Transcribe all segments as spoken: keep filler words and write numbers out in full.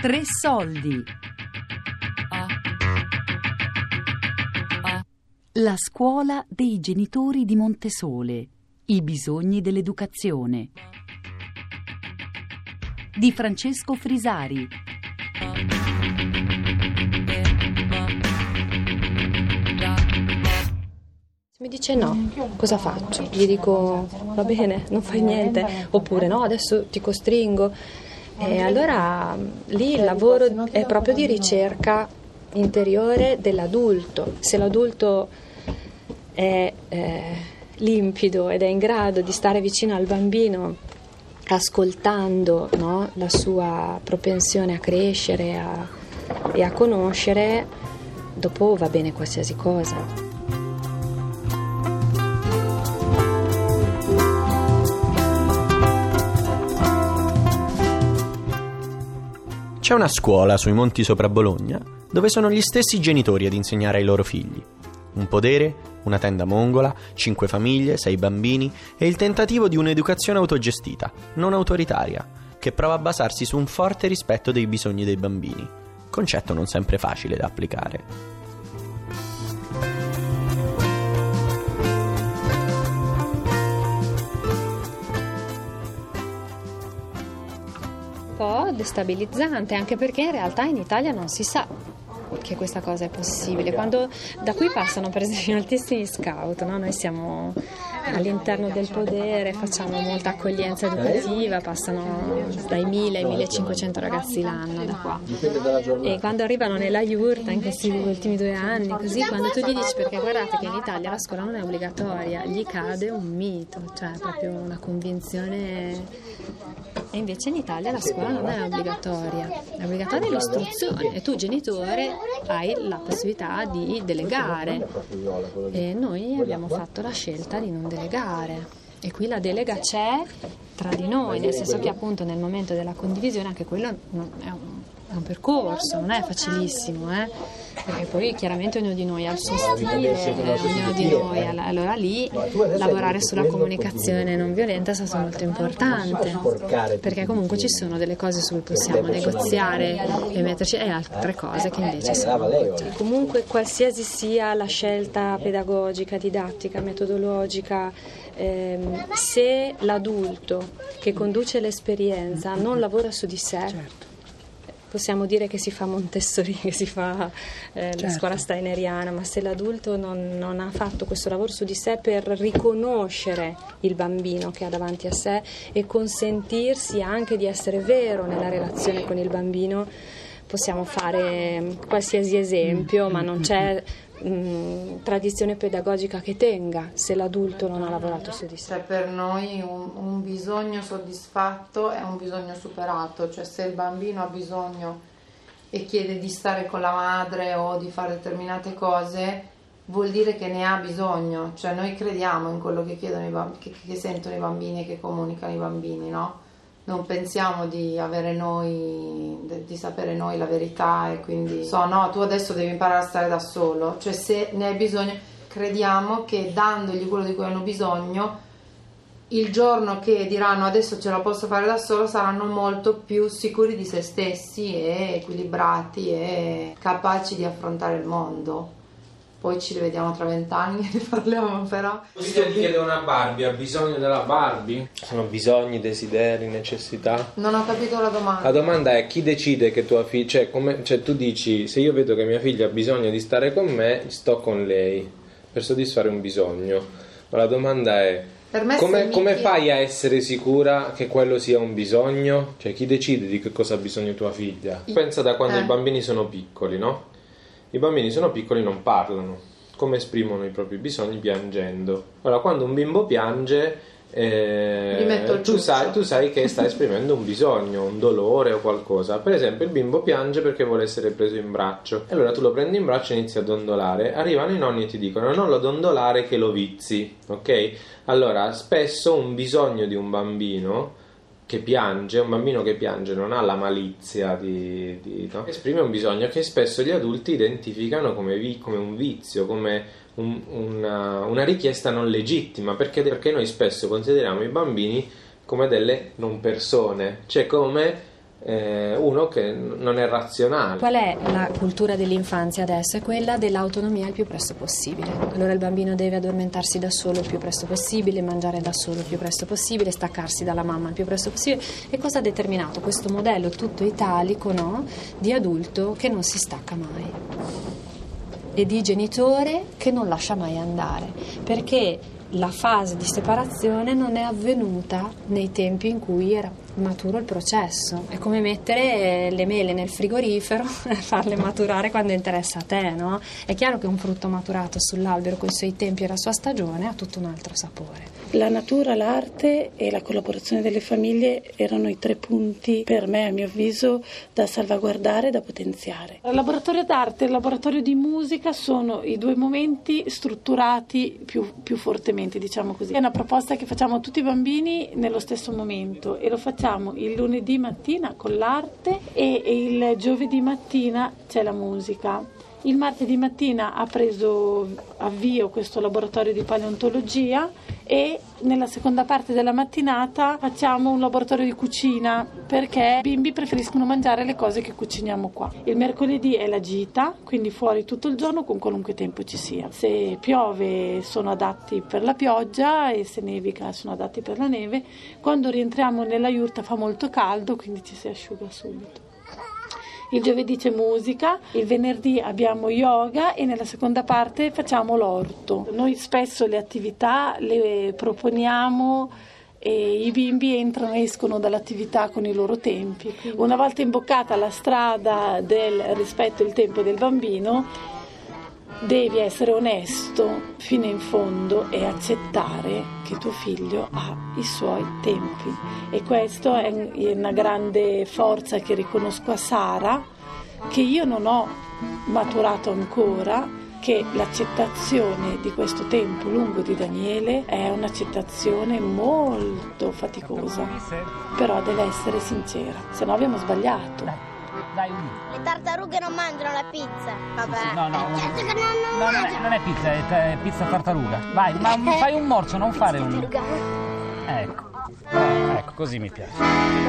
Tre soldi. La scuola dei genitori di Montesole. I bisogni dell'educazione. Di Francesco Frisari. Se mi dice no, cosa faccio? Gli dico va bene, non fai niente, oppure no, adesso ti costringo. E allora lì il lavoro è proprio di ricerca interiore dell'adulto. Se l'adulto è eh, limpido ed è in grado di stare vicino al bambino, ascoltando, no, la sua propensione a crescere a, e a conoscere, dopo va bene qualsiasi cosa. C'è una scuola sui monti sopra Bologna dove sono gli stessi genitori ad insegnare ai loro figli. Un podere, una tenda mongola, cinque famiglie, sei bambini e il tentativo di un'educazione autogestita, non autoritaria, che prova a basarsi su un forte rispetto dei bisogni dei bambini, concetto non sempre facile da applicare. Un po' destabilizzante, anche perché in realtà in Italia non si sa che questa cosa è possibile. Quando da qui passano per esempio moltissimi scout, no? Noi siamo all'interno del podere, facciamo molta accoglienza educativa, passano dai mille ai millecinquecento ragazzi l'anno da qua, e quando arrivano nella yurta in questi ultimi due anni, così, quando tu gli dici, perché guardate che in Italia la scuola non è obbligatoria, gli cade un mito, cioè proprio una convinzione. E invece in Italia la scuola non è obbligatoria, è obbligatoria l'istruzione e tu genitore hai la possibilità di delegare, e noi abbiamo fatto la scelta di non delegare, e qui la delega c'è tra di noi, nel senso che appunto nel momento della condivisione anche quello è un, è un percorso, non è facilissimo, eh? Perché poi chiaramente ognuno di noi ha il suo stile, eh, ognuno di noi, allora lì lavorare sulla comunicazione non violenta è stato molto importante, perché comunque ci sono delle cose su cui possiamo negoziare e metterci, e altre cose che invece sono cioè, comunque qualsiasi sia la scelta pedagogica, didattica, metodologica, ehm, se l'adulto che conduce l'esperienza non lavora su di sé, certo, possiamo dire che si fa Montessori, che si fa eh, certo. la scuola steineriana, ma se l'adulto non, non ha fatto questo lavoro su di sé per riconoscere il bambino che ha davanti a sé e consentirsi anche di essere vero nella relazione con il bambino, possiamo fare qualsiasi esempio, ma non c'è mh, tradizione pedagogica che tenga se l'adulto non ha lavorato su di sé. Cioè, per noi un, un bisogno soddisfatto è un bisogno superato, cioè se il bambino ha bisogno e chiede di stare con la madre o di fare determinate cose, vuol dire che ne ha bisogno, cioè noi crediamo in quello che chiedono i bambini, che, che sentono i bambini e che comunicano i bambini, no? Non pensiamo di avere noi, di sapere noi la verità e quindi so, no, tu adesso devi imparare a stare da solo, cioè se ne hai bisogno, crediamo che dandogli quello di cui hanno bisogno, il giorno che diranno adesso ce la posso fare da solo, saranno molto più sicuri di se stessi e equilibrati e capaci di affrontare il mondo. Poi ci rivediamo tra vent'anni e ne parliamo, però. Così ti chiede una Barbie, ha bisogno della Barbie? Sono bisogni, desideri, necessità? Non ho capito la domanda. La domanda è chi decide che tua figlia, cioè, come, cioè tu dici, se io vedo che mia figlia ha bisogno di stare con me, sto con lei per soddisfare un bisogno. Ma la domanda è come, come chiede... fai a essere sicura che quello sia un bisogno? Cioè chi decide di che cosa ha bisogno tua figlia? Pensa da quando eh. i bambini sono piccoli, no? I bambini sono piccoli, non parlano. Come esprimono i propri bisogni? Piangendo. Allora, quando un bimbo piange, eh, tu, sai, tu sai che sta esprimendo un bisogno, un dolore o qualcosa. Per esempio, il bimbo piange perché vuole essere preso in braccio. E allora tu lo prendi in braccio e inizi a dondolare. Arrivano i nonni e ti dicono: non lo dondolare che lo vizi, ok? Allora, spesso un bisogno di un bambino che piange, un bambino che piange non ha la malizia di, di no? esprime un bisogno che spesso gli adulti identificano come, vi, come un vizio, come un, una, una richiesta non legittima, perché, perché noi spesso consideriamo i bambini come delle non persone, cioè come eh, uno che non è razionale. Qual è la cultura dell'infanzia adesso? È quella dell'autonomia il più presto possibile. Allora il bambino deve addormentarsi da solo il più presto possibile, mangiare da solo il più presto possibile, staccarsi dalla mamma il più presto possibile. E cosa ha determinato questo modello tutto italico, no? Di adulto che non si stacca mai e di genitore che non lascia mai andare, perché la fase di separazione non è avvenuta nei tempi in cui era maturo il processo. È come mettere le mele nel frigorifero e farle maturare quando interessa a te, no? È chiaro che un frutto maturato sull'albero con i suoi tempi e la sua stagione ha tutto un altro sapore. La natura, l'arte e la collaborazione delle famiglie erano i tre punti per me, a mio avviso, da salvaguardare e da potenziare. Il laboratorio d'arte e il laboratorio di musica sono i due momenti strutturati più, più fortemente, diciamo così. È una proposta che facciamo a tutti i bambini nello stesso momento e lo facciamo il lunedì mattina con l'arte e il giovedì mattina c'è la musica. Il martedì mattina ha preso avvio questo laboratorio di paleontologia e nella seconda parte della mattinata facciamo un laboratorio di cucina perché i bimbi preferiscono mangiare le cose che cuciniamo qua. Il mercoledì è la gita, quindi fuori tutto il giorno con qualunque tempo ci sia. Se piove sono adatti per la pioggia e se nevica sono adatti per la neve. Quando rientriamo nella yurta fa molto caldo, quindi ci si asciuga subito. Il giovedì c'è musica, il venerdì abbiamo yoga e nella seconda parte facciamo l'orto. Noi spesso le attività le proponiamo e i bimbi entrano e escono dall'attività con i loro tempi. Una volta imboccata la strada del rispetto del tempo del bambino, devi essere onesto fino in fondo e accettare che tuo figlio ha i suoi tempi, e questa è una grande forza che riconosco a Sara, che io non ho maturato ancora, che l'accettazione di questo tempo lungo di Daniele è un'accettazione molto faticosa, però deve essere sincera, se no abbiamo sbagliato. Dai, le tartarughe non mangiano la pizza. Vabbè. Sì, no, no, eh, certo che non, non, no non, è, non è pizza, è, è pizza tartaruga. Vai, ma fai un morso, non fare un... Ecco, eh, ecco, così mi piace.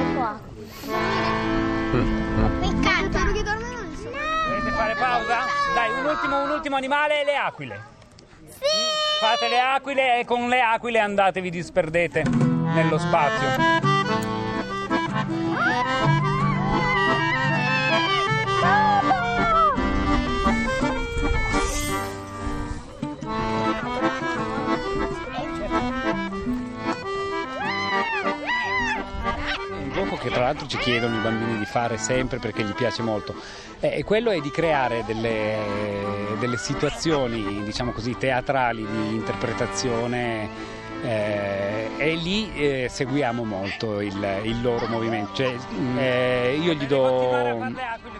Piccante. Tartarughe dormono? Volete fare pausa? Dai, un ultimo, un ultimo animale, le aquile. Sì! Fate le aquile e con le aquile andatevi, disperdete nello spazio. Che tra l'altro ci chiedono i bambini di fare sempre perché gli piace molto, e quello è di creare delle, delle situazioni, diciamo così, teatrali di interpretazione, eh, e lì eh, seguiamo molto il, il loro movimento, cioè, eh, io gli do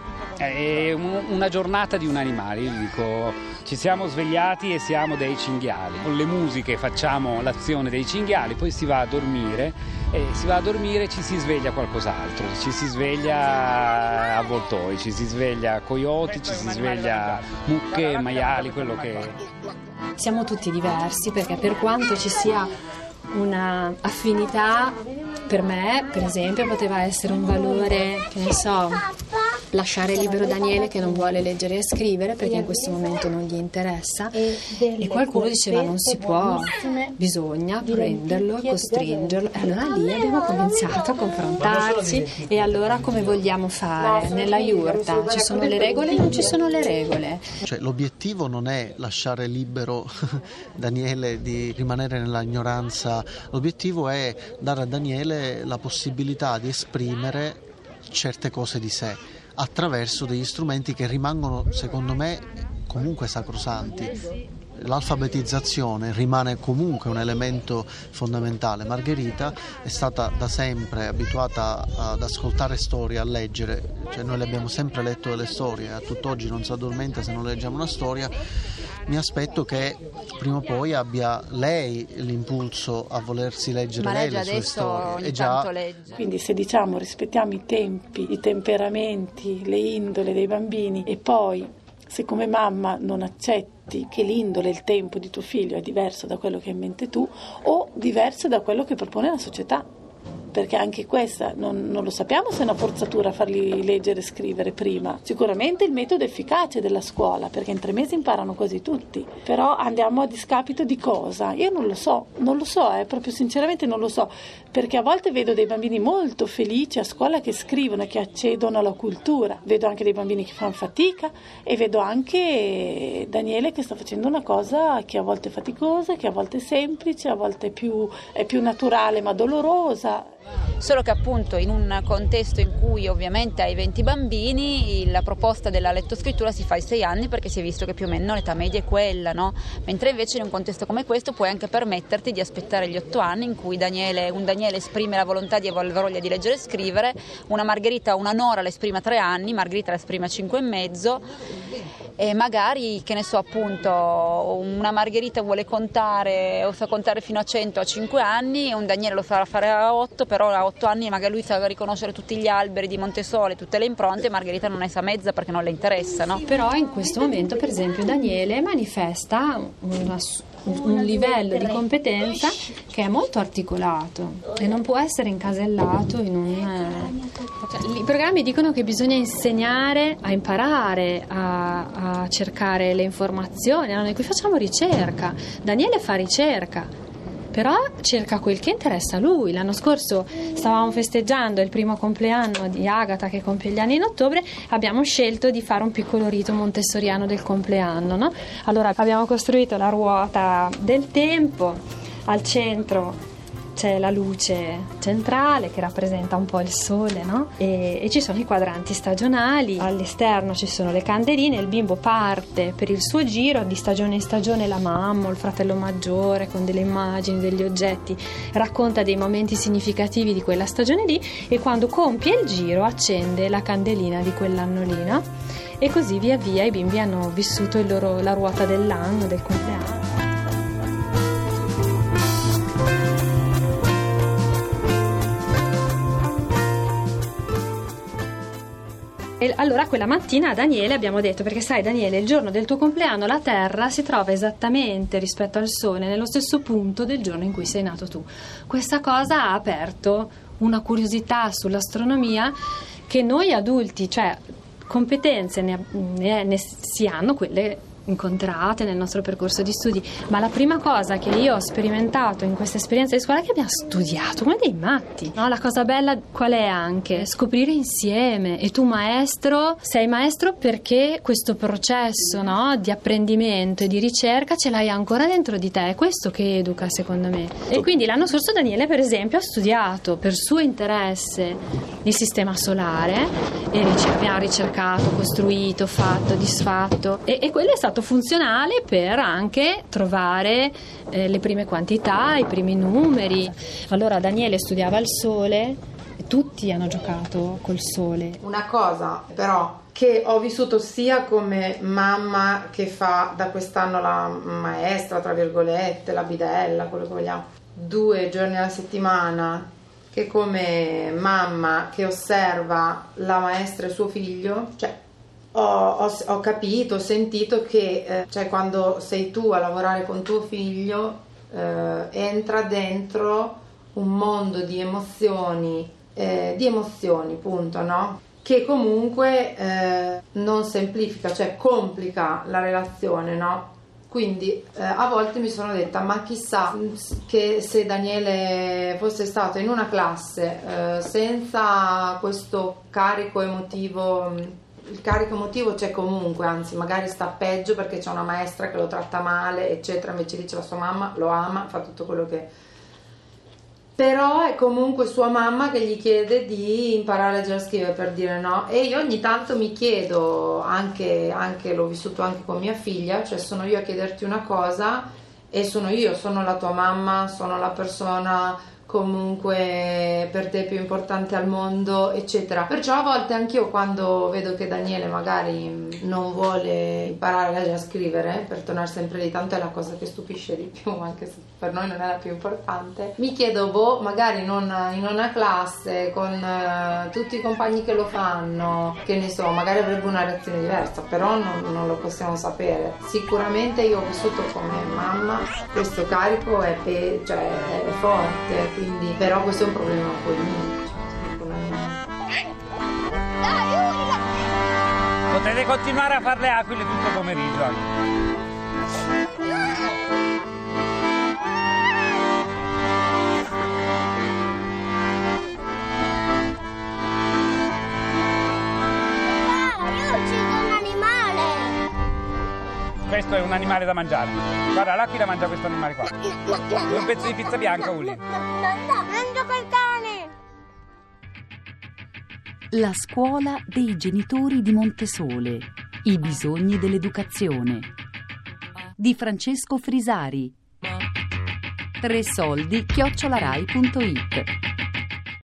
eh, una giornata di un animale, io gli dico: ci siamo svegliati e siamo dei cinghiali, con le musiche facciamo l'azione dei cinghiali, poi si va a dormire e si va a dormire e ci si sveglia qualcos'altro, ci si sveglia avvoltoi, ci si sveglia coyote, ci si sveglia mucche, maiali, quello che... Siamo tutti diversi perché per quanto ci sia una affinità, per me per esempio poteva essere un valore, che ne so, lasciare libero Daniele che non vuole leggere e scrivere perché in questo momento non gli interessa, e qualcuno diceva non si può, bisogna prenderlo, costringerlo, e allora lì abbiamo cominciato a confrontarci. E allora come vogliamo fare? Nella yurta ci sono le regole o non ci sono le regole? Cioè, l'obiettivo non è lasciare libero Daniele di rimanere nella ignoranza, l'obiettivo è dare a Daniele la possibilità di esprimere certe cose di sé attraverso degli strumenti che rimangono, secondo me, comunque sacrosanti. L'alfabetizzazione rimane comunque un elemento fondamentale. Margherita è stata da sempre abituata ad ascoltare storie, a leggere, cioè noi le abbiamo sempre letto delle storie, a tutt'oggi non si addormenta se non leggiamo una storia. Mi aspetto che prima o poi abbia lei l'impulso a volersi leggere Ma lei legge le sue adesso, storie. ogni già... tanto legge. Quindi se diciamo rispettiamo i tempi, i temperamenti, le indole dei bambini, e poi se come mamma non accetti che l'indole, il tempo di tuo figlio è diverso da quello che hai in mente tu, o diverso da quello che propone la società. perché anche questa non, non lo sappiamo se è una forzatura farli leggere e scrivere prima. Sicuramente il metodo efficace della scuola, perché in tre mesi imparano quasi tutti, però andiamo a discapito di cosa? Io non lo so, non lo so, eh, proprio sinceramente non lo so, perché a volte vedo dei bambini molto felici a scuola che scrivono e che accedono alla cultura, vedo anche dei bambini che fanno fatica e vedo anche Daniele che sta facendo una cosa che a volte è faticosa, che a volte è semplice, a volte è più, è più naturale ma dolorosa. Solo che appunto in un contesto in cui ovviamente hai venti bambini la proposta della lettoscrittura si fa ai sei anni, perché si è visto che più o meno l'età media è quella, no? Mentre invece in un contesto come questo puoi anche permetterti di aspettare gli otto anni in cui Daniele, un Daniele esprime la volontà di avere voglia di leggere e scrivere, una Margherita, una Nora l'esprime a tre anni, Margherita l'esprime a cinque e mezzo, e magari, che ne so, appunto una Margherita vuole contare o sa contare fino a cento a cinque anni e un Daniele lo farà fare a otto, però a otto anni magari lui sa riconoscere tutti gli alberi di Montesole, tutte le impronte, Margherita non ne sa mezza perché non le interessa, no? Però in questo momento, per esempio, Daniele manifesta una, un livello di competenza che è molto articolato e non può essere incasellato in un... Cioè, i programmi dicono che bisogna insegnare a imparare, a, a cercare le informazioni, no? Noi qui facciamo ricerca, Daniele fa ricerca, però cerca quel che interessa a lui. L'anno scorso stavamo festeggiando il primo compleanno di Agata che compie gli anni in ottobre, abbiamo scelto di fare un piccolo rito montessoriano del compleanno, no? Allora abbiamo costruito la ruota del tempo, al centro c'è la luce centrale che rappresenta un po' il sole, no? E, e ci sono i quadranti stagionali, all'esterno ci sono le candeline, il bimbo parte per il suo giro, di stagione in stagione la mamma o il fratello maggiore con delle immagini, degli oggetti, racconta dei momenti significativi di quella stagione lì e quando compie il giro accende la candelina di quell'anno lì, no? E così via via i bimbi hanno vissuto il loro, la ruota dell'anno, del compleanno. E allora quella mattina a Daniele abbiamo detto, perché sai Daniele, il giorno del tuo compleanno la Terra si trova esattamente rispetto al Sole nello stesso punto del giorno in cui sei nato tu. Questa cosa ha aperto una curiosità sull'astronomia che noi adulti, cioè competenze ne, ne, ne si hanno quelle incontrate nel nostro percorso di studi, ma la prima cosa che io ho sperimentato in questa esperienza di scuola è che abbiamo studiato come dei matti, no? La cosa bella qual è anche? Scoprire insieme, e tu maestro sei maestro perché questo processo, no, di apprendimento e di ricerca ce l'hai ancora dentro di te, è questo che educa secondo me. E quindi l'anno scorso Daniele per esempio ha studiato per suo interesse il sistema solare e abbiamo ricercato, costruito, fatto, disfatto e, e quello è stato funzionale per anche trovare eh, le prime quantità, i primi numeri. Allora Daniele studiava il sole, tutti hanno giocato col sole. Una cosa però che ho vissuto sia come mamma che fa da quest'anno la maestra, tra virgolette, la bidella, quello che vogliamo, due giorni alla settimana, che come mamma che osserva la maestra e suo figlio, cioè Ho, ho, ho capito, ho sentito che eh, cioè quando sei tu a lavorare con tuo figlio eh, entra dentro un mondo di emozioni, eh, di emozioni, punto, no? Che comunque eh, non semplifica, cioè complica la relazione, no? Quindi eh, a volte mi sono detta, ma chissà che se Daniele fosse stato in una classe eh, senza questo carico emotivo. Il carico emotivo c'è comunque, anzi magari sta peggio perché c'è una maestra che lo tratta male eccetera, invece dice la sua mamma lo ama, fa tutto quello che... Però è comunque sua mamma che gli chiede di imparare a leggere e scrivere, per dire, no? E io ogni tanto mi chiedo, anche, anche l'ho vissuto anche con mia figlia, cioè sono io a chiederti una cosa e sono io, sono la tua mamma, sono la persona comunque per te più importante al mondo eccetera. Perciò a volte anch'io quando vedo che Daniele magari non vuole imparare a leggere e a scrivere, per tornare sempre lì, tanto è la cosa che stupisce di più, anche se per noi non è la più importante, mi chiedo, boh, magari in una, in una classe con uh, tutti i compagni che lo fanno, che ne so, magari avrebbe una reazione diversa, però non, non lo possiamo sapere. Sicuramente io ho vissuto come mamma, questo carico è, pe- cioè, è forte, quindi però questo è un problema poi mio. Potete continuare a fare le aquile tutto pomeriggio anche. Questo è un animale da mangiare. Guarda, l'aquila mangia questo animale qua. È un pezzo di pizza bianca, Uli. Mangio quel cane! La scuola dei genitori di Montesole. I bisogni dell'educazione. Di Francesco Frisari. Tre soldi chiocciolarai punto it.